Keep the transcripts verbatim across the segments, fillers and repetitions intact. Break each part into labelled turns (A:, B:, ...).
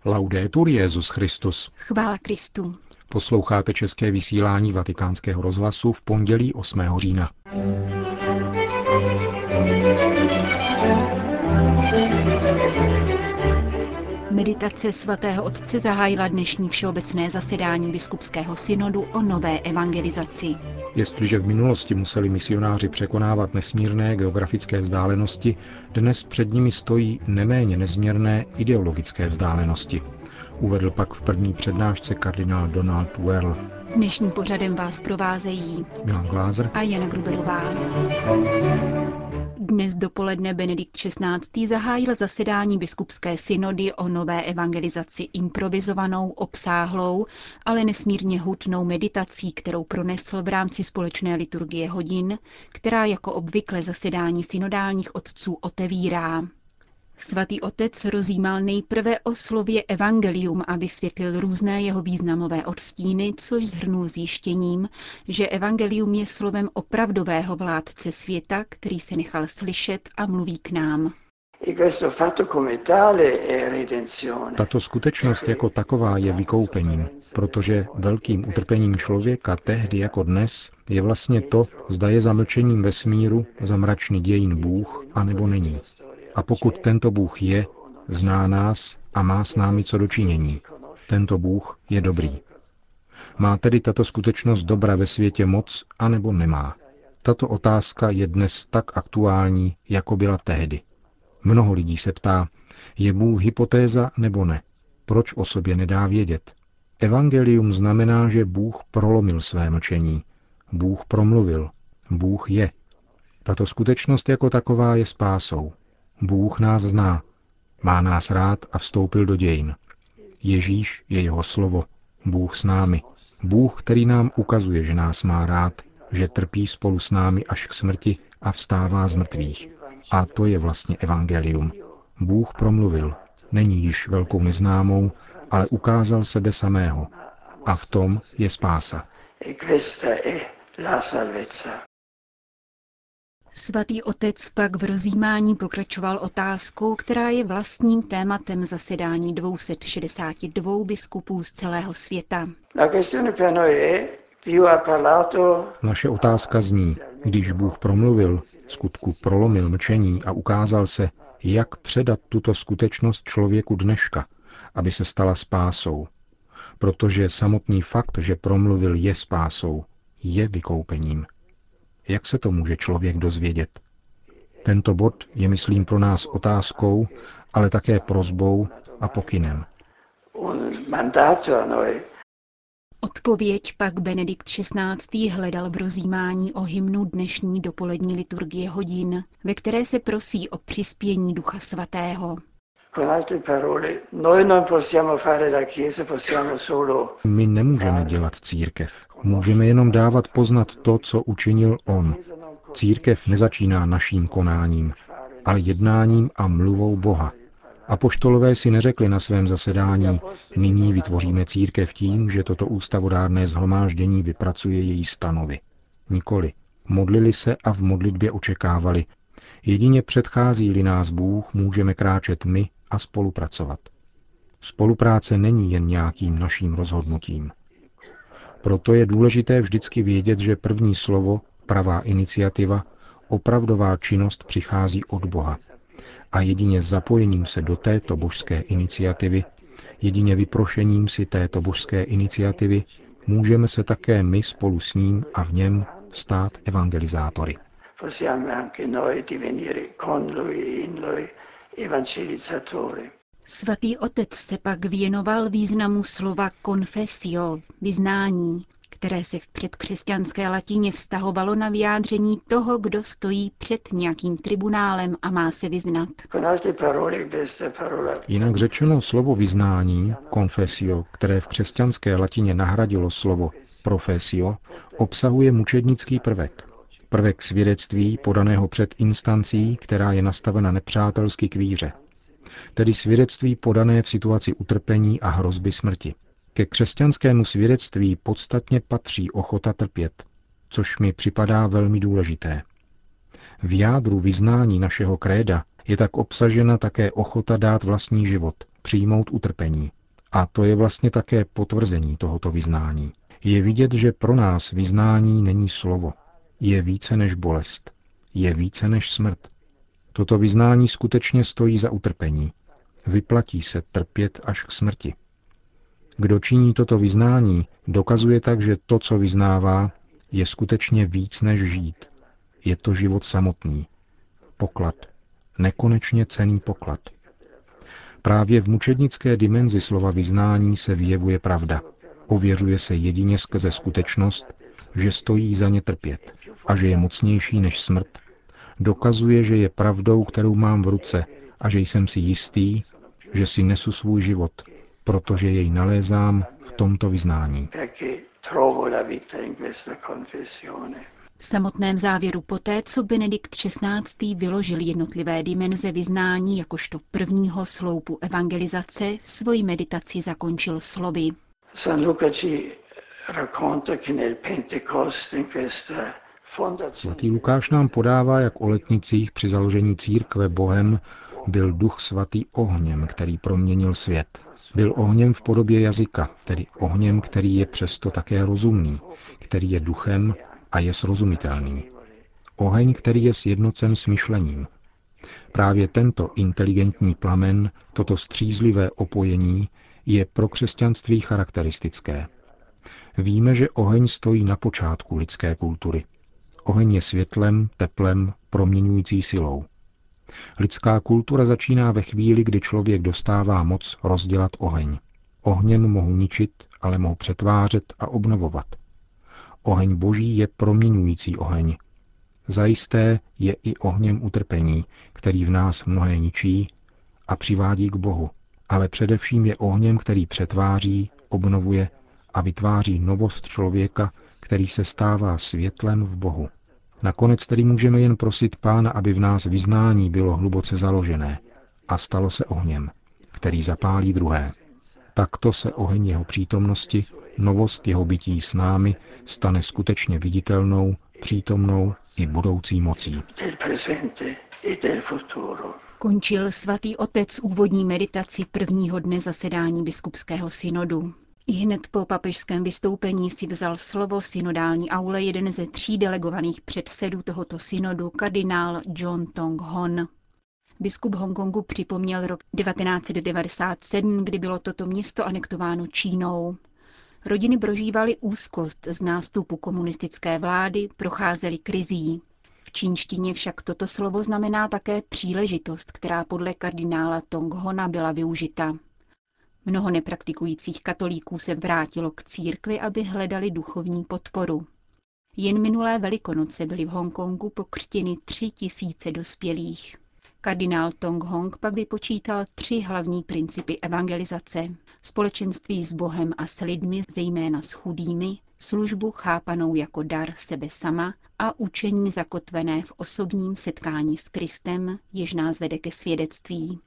A: Laudetur Jesus Christus.
B: Chvála Kristu.
A: Posloucháte české vysílání Vatikánského rozhlasu v pondělí osmého října.
B: Meditace svatého otce zahájila dnešní všeobecné zasedání biskupského synodu o nové evangelizaci.
A: Jestliže v minulosti museli misionáři překonávat nesmírné geografické vzdálenosti, dnes před nimi stojí neméně nezměrné ideologické vzdálenosti. Uvedl pak v první přednášce kardinál Donald Wuerl.
B: Dnešním pořadem vás provázejí
A: Milan Glázer
B: a Jana Gruberová. Dnes dopoledne Benedikt šestnáctý zahájil zasedání biskupské synody o nové evangelizaci improvizovanou, obsáhlou, ale nesmírně hutnou meditací, kterou pronesl v rámci společné liturgie hodin, která jako obvykle zasedání synodálních otců otevírá. Svatý otec rozjímal nejprve o slově evangelium a vysvětlil různé jeho významové odstíny, což shrnul zjištěním, že evangelium je slovem opravdového vládce světa, který se nechal slyšet a mluví k nám.
A: Tato skutečnost jako taková je vykoupením, protože velkým utrpením člověka tehdy jako dnes je vlastně to, zda je zamlčením vesmíru, zamračný dějin Bůh, anebo není. A pokud tento Bůh je, zná nás a má s námi co dočinění. Tento Bůh je dobrý. Má tedy tato skutečnost dobra ve světě moc, anebo nemá? Tato otázka je dnes tak aktuální, jako byla tehdy. Mnoho lidí se ptá, je Bůh hypotéza nebo ne? Proč o sobě nedá vědět? Evangelium znamená, že Bůh prolomil své mlčení. Bůh promluvil. Bůh je. Tato skutečnost jako taková je spásou. Bůh nás zná, má nás rád a vstoupil do dějin. Ježíš je jeho slovo, Bůh s námi. Bůh, který nám ukazuje, že nás má rád, že trpí spolu s námi až k smrti a vstává z mrtvých. A to je vlastně evangelium. Bůh promluvil, není již velkou neznámou, ale ukázal sebe samého. A v tom je spása.
B: Svatý otec pak v rozjímání pokračoval otázkou, která je vlastním tématem zasedání dvě stě šedesát dva biskupů z celého světa.
A: Naše otázka zní, když Bůh promluvil, v skutku prolomil mlčení a ukázal se, jak předat tuto skutečnost člověku dneška, aby se stala spásou. Protože samotný fakt, že promluvil, je spásou, je vykoupením. Jak se to může člověk dozvědět? Tento bod je, myslím, pro nás otázkou, ale také prosbou a pokynem.
B: Odpověď pak Benedikt šestnáctý hledal v rozjímání o hymnu dnešní dopolední liturgie hodin, ve které se prosí o přispění Ducha Svatého.
A: My nemůžeme dělat církev. Můžeme jenom dávat poznat to, co učinil on. Církev nezačíná naším konáním, ale jednáním a mluvou Boha. Apoštolové si neřekli na svém zasedání, nyní vytvoříme církev tím, že toto ústavodárné shromáždění vypracuje její stanovy. Nikoli. Modlili se a v modlitbě očekávali. Jedině předchází-li nás Bůh, můžeme kráčet my a spolupracovat. Spolupráce není jen nějakým naším rozhodnutím. Proto je důležité vždycky vědět, že první slovo, pravá iniciativa, opravdová činnost přichází od Boha. A jedině zapojením se do této božské iniciativy, jedině vyprošením si této božské iniciativy, můžeme se také my spolu s ním a v něm stát evangelizátory.
B: Svatý otec se pak věnoval významu slova confessio, vyznání, které se v předkřesťanské latině vztahovalo na vyjádření toho, kdo stojí před nějakým tribunálem a má se vyznat.
A: Jinak řečeno slovo vyznání, confessio, které v křesťanské latině nahradilo slovo professio, obsahuje mučednický prvek. Prvek svědectví podaného před instancí, která je nastavena nepřátelsky k víře. Tedy svědectví podané v situaci utrpení a hrozby smrti. Ke křesťanskému svědectví podstatně patří ochota trpět, což mi připadá velmi důležité. V jádru vyznání našeho kréda je tak obsažena také ochota dát vlastní život, přijmout utrpení. A to je vlastně také potvrzení tohoto vyznání. Je vidět, že pro nás vyznání není slovo. Je více než bolest. Je více než smrt. Toto vyznání skutečně stojí za utrpení. Vyplatí se trpět až k smrti. Kdo činí toto vyznání, dokazuje tak, že to, co vyznává, je skutečně víc než žít. Je to život samotný. Poklad. Nekonečně cenný poklad. Právě v mučednické dimenzi slova vyznání se vyjevuje pravda. Ověřuje se jedině skrze skutečnost, že stojí za ně trpět a že je mocnější než smrt. Dokazuje, že je pravdou, kterou mám v ruce a že jsem si jistý, že si nesu svůj život, protože jej nalézám v tomto vyznání.
B: V samotném závěru poté, co Benedikt šestnáctý vyložil jednotlivé dimenze vyznání jakožto prvního sloupu evangelizace, svoji meditaci zakončil slovy.
A: Svatý Lukáš nám podává, jak o letnicích při založení církve Bohem byl Duch Svatý ohněm, který proměnil svět. Byl ohněm v podobě jazyka, tedy ohněm, který je přesto také rozumný, který je duchem a je srozumitelný. Oheň, který je sjednocen s myšlením. Právě tento inteligentní plamen, toto střízlivé opojení, je pro křesťanství charakteristické. Víme, že oheň stojí na počátku lidské kultury. Oheň je světlem, teplem, proměňující silou. Lidská kultura začíná ve chvíli, kdy člověk dostává moc rozdělat oheň. Ohněm mohu ničit, ale mohu přetvářet a obnovovat. Oheň Boží je proměňující oheň. Zajisté je i ohněm utrpení, který v nás mnohé ničí a přivádí k Bohu. Ale především je ohněm, který přetváří, obnovuje a vytváří novost člověka, který se stává světlem v Bohu. Nakonec tedy můžeme jen prosit Pána, aby v nás vyznání bylo hluboce založené a stalo se ohněm, který zapálí druhé. Takto se oheň jeho přítomnosti, novost jeho bytí s námi, stane skutečně viditelnou, přítomnou i budoucí mocí.
B: Končil svatý otec úvodní meditaci prvního dne zasedání biskupského synodu. Ihned po papežském vystoupení si vzal slovo v synodální aule jeden ze tří delegovaných předsedů tohoto synodu, kardinál John Tong Hon. Biskup Hongkongu připomněl rok devatenáct set devadesát sedm, kdy bylo toto město anektováno Čínou. Rodiny prožívaly úzkost z nástupu komunistické vlády, procházely krizí. V čínštině však toto slovo znamená také příležitost, která podle kardinála Tong Hona byla využita. Mnoho nepraktikujících katolíků se vrátilo k církvi, aby hledali duchovní podporu. Jen minulé Velikonoce byly v Hongkongu pokřtěny tři tisíce dospělých. Kardinál Tong Hong pak vypočítal tři hlavní principy evangelizace. Společenství s Bohem a s lidmi, zejména s chudými, službu chápanou jako dar sebe sama a učení zakotvené v osobním setkání s Kristem, jež nás vede ke svědectví.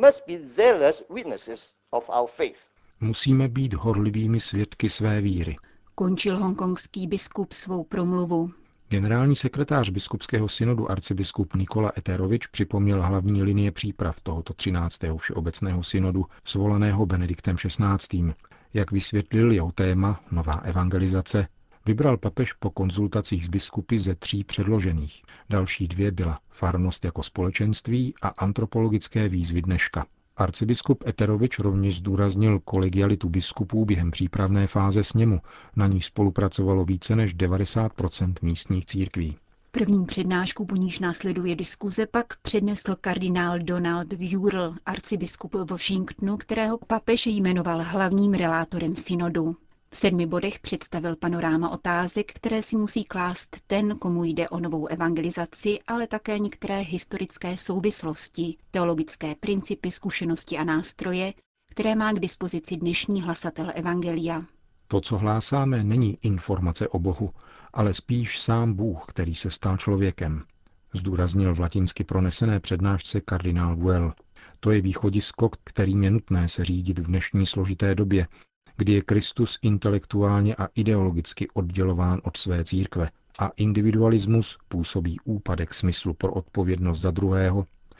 A: Musíme být horlivými svědky své víry.
B: Končil hongkongský biskup svou promluvu.
A: Generální sekretář biskupského synodu arcibiskup Nikola Eterovič připomněl hlavní linie příprav tohoto třináctého všeobecného synodu svolaného Benediktem šestnáctým. Jak vysvětlil jeho téma Nová evangelizace, vybral papež po konzultacích s biskupy ze tří předložených. Další dvě byla farnost jako společenství a antropologické výzvy dneška. Arcibiskup Eterovič rovněž zdůraznil kolegialitu biskupů během přípravné fáze sněmu, na níž spolupracovalo více než devadesát procent místních církví.
B: První přednášku, po níž následuje diskuze, pak přednesl kardinál Donald Wurl, arcibiskup Washingtonu, kterého papež jmenoval hlavním relátorem synodu. V sedmi bodech představil panoráma otázek, které si musí klást ten, komu jde o novou evangelizaci, ale také některé historické souvislosti, teologické principy, zkušenosti a nástroje, které má k dispozici dnešní hlasatel evangelia.
A: To, co hlásáme, není informace o Bohu, ale spíš sám Bůh, který se stal člověkem, zdůraznil v latinsky pronesené přednášce kardinál Well. To je východisko, kterým je nutné se řídit v dnešní složité době, kdy je Kristus intelektuálně a ideologicky oddělován od své církve a individualismus působí úpadek smyslu pro odpovědnost za druhého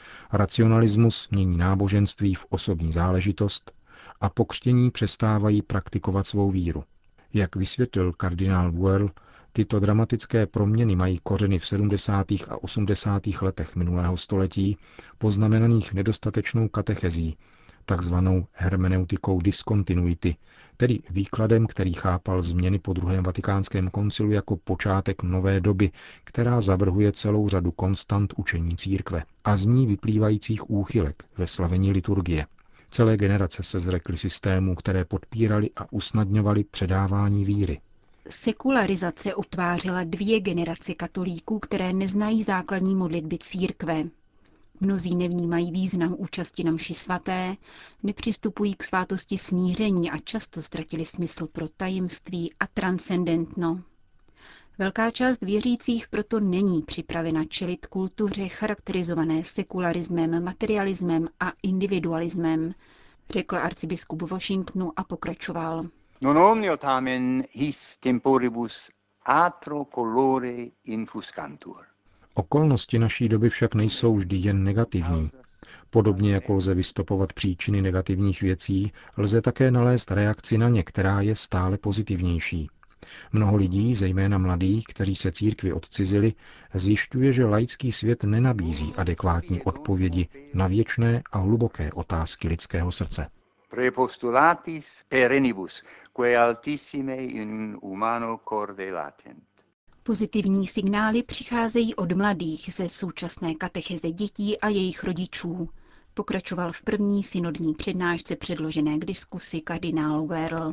A: Racionalismus mění náboženství v osobní záležitost a pokřtění přestávají praktikovat svou víru. Jak vysvětlil kardinál Wuerl, tyto dramatické proměny mají kořeny v sedmdesátých a osmdesátých letech minulého století, poznamenaných nedostatečnou katechezí, takzvanou hermeneutikou diskontinuity, tedy výkladem, který chápal změny po druhém vatikánském koncilu jako počátek nové doby, která zavrhuje celou řadu konstant učení církve a z ní vyplývajících úchylek ve slavení liturgie. Celé generace se zrekly systémů, které podpírali a usnadňovali předávání víry.
B: Sekularizace utvářela dvě generace katolíků, které neznají základní modlitby církve. Mnozí nevnímají význam účasti na mši svaté, nepřistupují k svátosti smíření a často ztratili smysl pro tajemství a transcendentno. Velká část věřících proto není připravena čelit kultuře charakterizované sekularismem, materialismem a individualismem, řekl arcibiskup Washingtonu a pokračoval.
C: Non omnio tamen his temporibus atro colore infuscantur.
A: Okolnosti naší doby však nejsou vždy jen negativní. Podobně jako lze vystopovat příčiny negativních věcí, lze také nalézt reakci na ně, která je stále pozitivnější. Mnoho lidí, zejména mladých, kteří se církvi odcizili, zjišťuje, že laický svět nenabízí adekvátní odpovědi na věčné a hluboké otázky lidského srdce.
C: Prepostulatis perenibus, quae altissime in humano corde latent.
B: Pozitivní signály přicházejí od mladých ze současné katecheze dětí a jejich rodičů, pokračoval v první synodní přednášce předložené k diskusi kardinál Wuerl.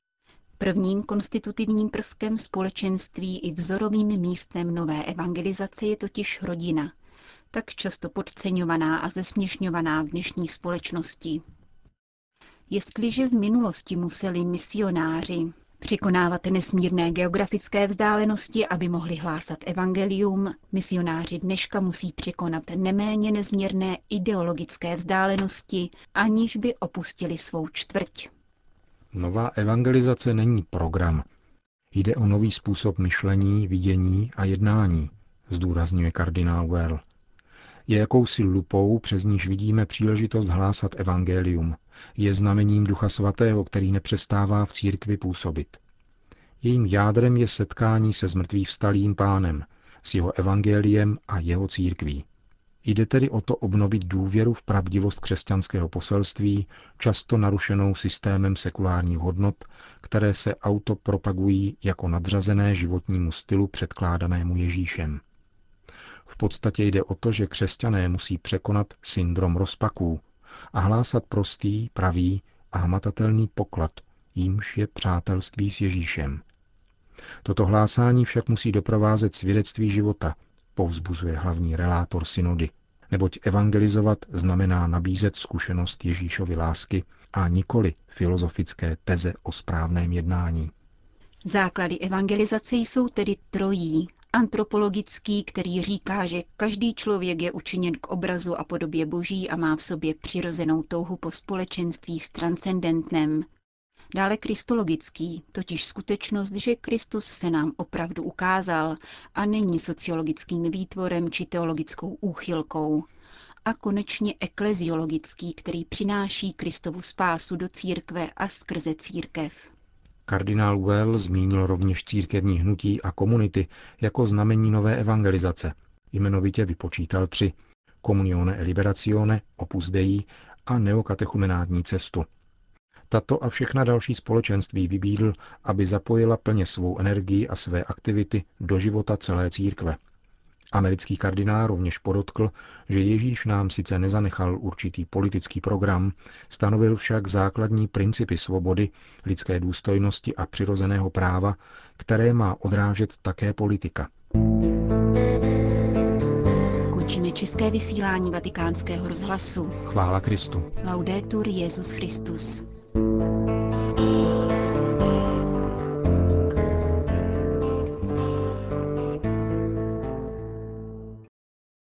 B: Prvním konstitutivním prvkem společenství i vzorovým místem nové evangelizace je totiž rodina, tak často podceňovaná a zesměšňovaná v dnešní společnosti. Jestliže v minulosti museli misionáři překonávat nesmírné geografické vzdálenosti, aby mohli hlásat evangelium, misionáři dneška musí překonat neméně nezměrné ideologické vzdálenosti, aniž by opustili svou čtvrť.
A: Nová evangelizace není program. Jde o nový způsob myšlení, vidění a jednání, zdůrazňuje kardinál Wuerl. Je jakousi lupou, přes níž vidíme příležitost hlásat evangelium. Je znamením Ducha Svatého, který nepřestává v církvi působit. Jejím jádrem je setkání se zmrtvýchvstalým Pánem, s jeho evangeliem a jeho církví. Jde tedy o to obnovit důvěru v pravdivost křesťanského poselství, často narušenou systémem sekulárních hodnot, které se autopropagují jako nadřazené životnímu stylu předkládanému Ježíšem. V podstatě jde o to, že křesťané musí překonat syndrom rozpaků a hlásat prostý, pravý a hmatatelný poklad, jímž je přátelství s Ježíšem. Toto hlásání však musí doprovázet svědectví života, povzbuzuje hlavní relátor synody, neboť evangelizovat znamená nabízet zkušenost Ježíšovy lásky a nikoli filozofické teze o správném jednání.
B: Základy evangelizace jsou tedy trojí. Antropologický, který říká, že každý člověk je učiněn k obrazu a podobě Boží a má v sobě přirozenou touhu po společenství s transcendentnem. Dále kristologický, totiž skutečnost, že Kristus se nám opravdu ukázal a není sociologickým výtvorem či teologickou úchylkou. A konečně ekleziologický, který přináší Kristovu spásu do církve a skrze církev.
A: Kardinál Wuerl zmínil rovněž církevní hnutí a komunity jako znamení nové evangelizace. Jmenovitě vypočítal tři: Communione e Liberazione, Opus Dei a neokatechumenátní cestu. Tato a všechna další společenství vybídl, aby zapojila plně svou energii a své aktivity do života celé církve. Americký kardinál rovněž podotkl, že Ježíš nám sice nezanechal určitý politický program, stanovil však základní principy svobody, lidské důstojnosti a přirozeného práva, které má odrážet také politika.
B: Končíme české vysílání Vatikánského rozhlasu.
A: Chvála Kristu.
B: Laudetur Jesus Christus.